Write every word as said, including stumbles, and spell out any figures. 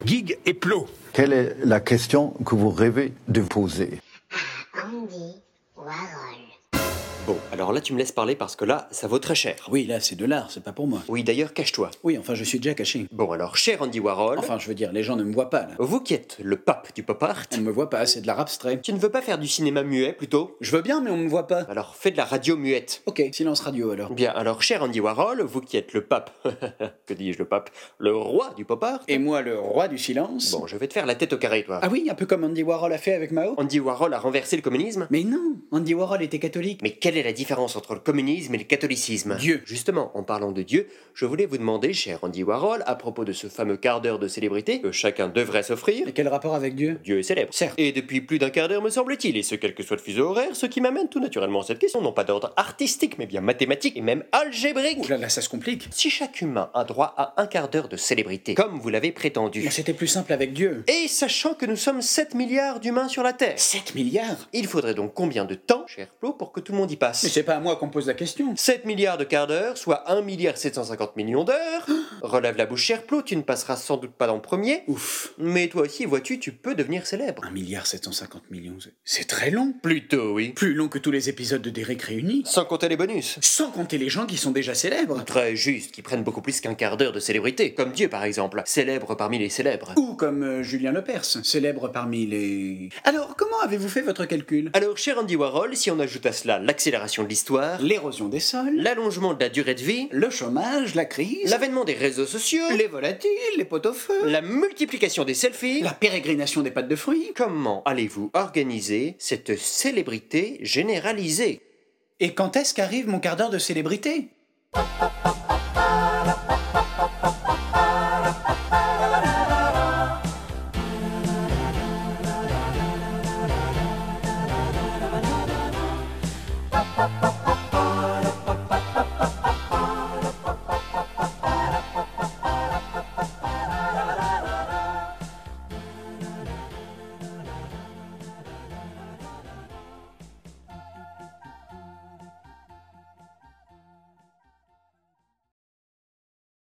Gig et Plot. Quelle est la question que vous rêvez de poser? Andy Warhol. Bon, alors là tu me laisses parler parce que là, ça vaut très cher. Oui, là, c'est de l'art, c'est pas pour moi. Oui, d'ailleurs, cache-toi. Oui, enfin, je suis déjà caché. Bon, alors, cher Andy Warhol, Enfin, je veux dire, les gens ne me voient pas, là. vous qui êtes le pape du pop art, On ne me voit pas, c'est de l'art abstrait. tu ne veux pas faire du cinéma muet, plutôt? Je veux bien, mais on me voit pas. Alors, fais de la radio muette. Ok, silence radio, alors. Bien, alors, cher Andy Warhol, vous qui êtes le pape, que dis-je le pape, le roi du pop art, Et moi, le roi du silence. bon, je vais te faire la tête au carré, toi. Ah oui, un peu comme Andy Warhol a fait avec Mao. Andy Warhol a renversé le communisme? Mais non, Andy Warhol était catholique. Mais quelle est la différence entre le communisme et le catholicisme? Dieu. Justement, en parlant de Dieu, je voulais vous demander, cher Andy Warhol, à propos de ce fameux quart d'heure de célébrité que chacun devrait s'offrir. Et quel rapport avec Dieu? Dieu est célèbre. Certes. Et depuis plus d'un quart d'heure, me semble-t-il, et ce quel que soit le fuseau horaire, ce qui m'amène tout naturellement à cette question, non pas d'ordre artistique, mais bien mathématique et même algébrique. Ouh là là, ça se complique. Si chaque humain a droit à un quart d'heure de célébrité, comme vous l'avez prétendu, Mais c'était plus simple avec Dieu. et sachant que nous sommes sept milliards d'humains sur la Terre, sept milliards? il faudrait donc combien de temps, cher Flo, pour que tout le monde y passe? Mais c'est pas à moi qu'on pose la question. sept milliards de quarts d'heure, soit un milliard sept cent cinquante millions d'heures. Relève la bouche, cher Plot, tu ne passeras sans doute pas en premier. Ouf. Mais toi aussi, vois-tu, tu peux devenir célèbre. un milliard sept cent cinquante millions, c'est- c'est très long. Plutôt, oui. Plus long que tous les épisodes de Derek réunis. Sans compter les bonus. Sans compter les gens qui sont déjà célèbres. Très juste, qui prennent beaucoup plus qu'un quart d'heure de célébrité, comme Dieu par exemple, célèbre parmi les célèbres. Ou comme euh, Julien Lepers, célèbre parmi les... Alors, comment avez-vous fait votre calcul? Alors, cher Andy Warhol, si on ajoute à cela l'accélération de l'histoire, L'érosion des sols, l'allongement de la durée de vie, le chômage, la crise, l'avènement des réseaux sociaux, les volatiles, les pot-au-feu, la multiplication des selfies, la pérégrination des pâtes de fruits. comment allez-vous organiser cette célébrité généralisée? Et quand est-ce qu'arrive mon quart d'heure de célébrité? Pop, pop, pop.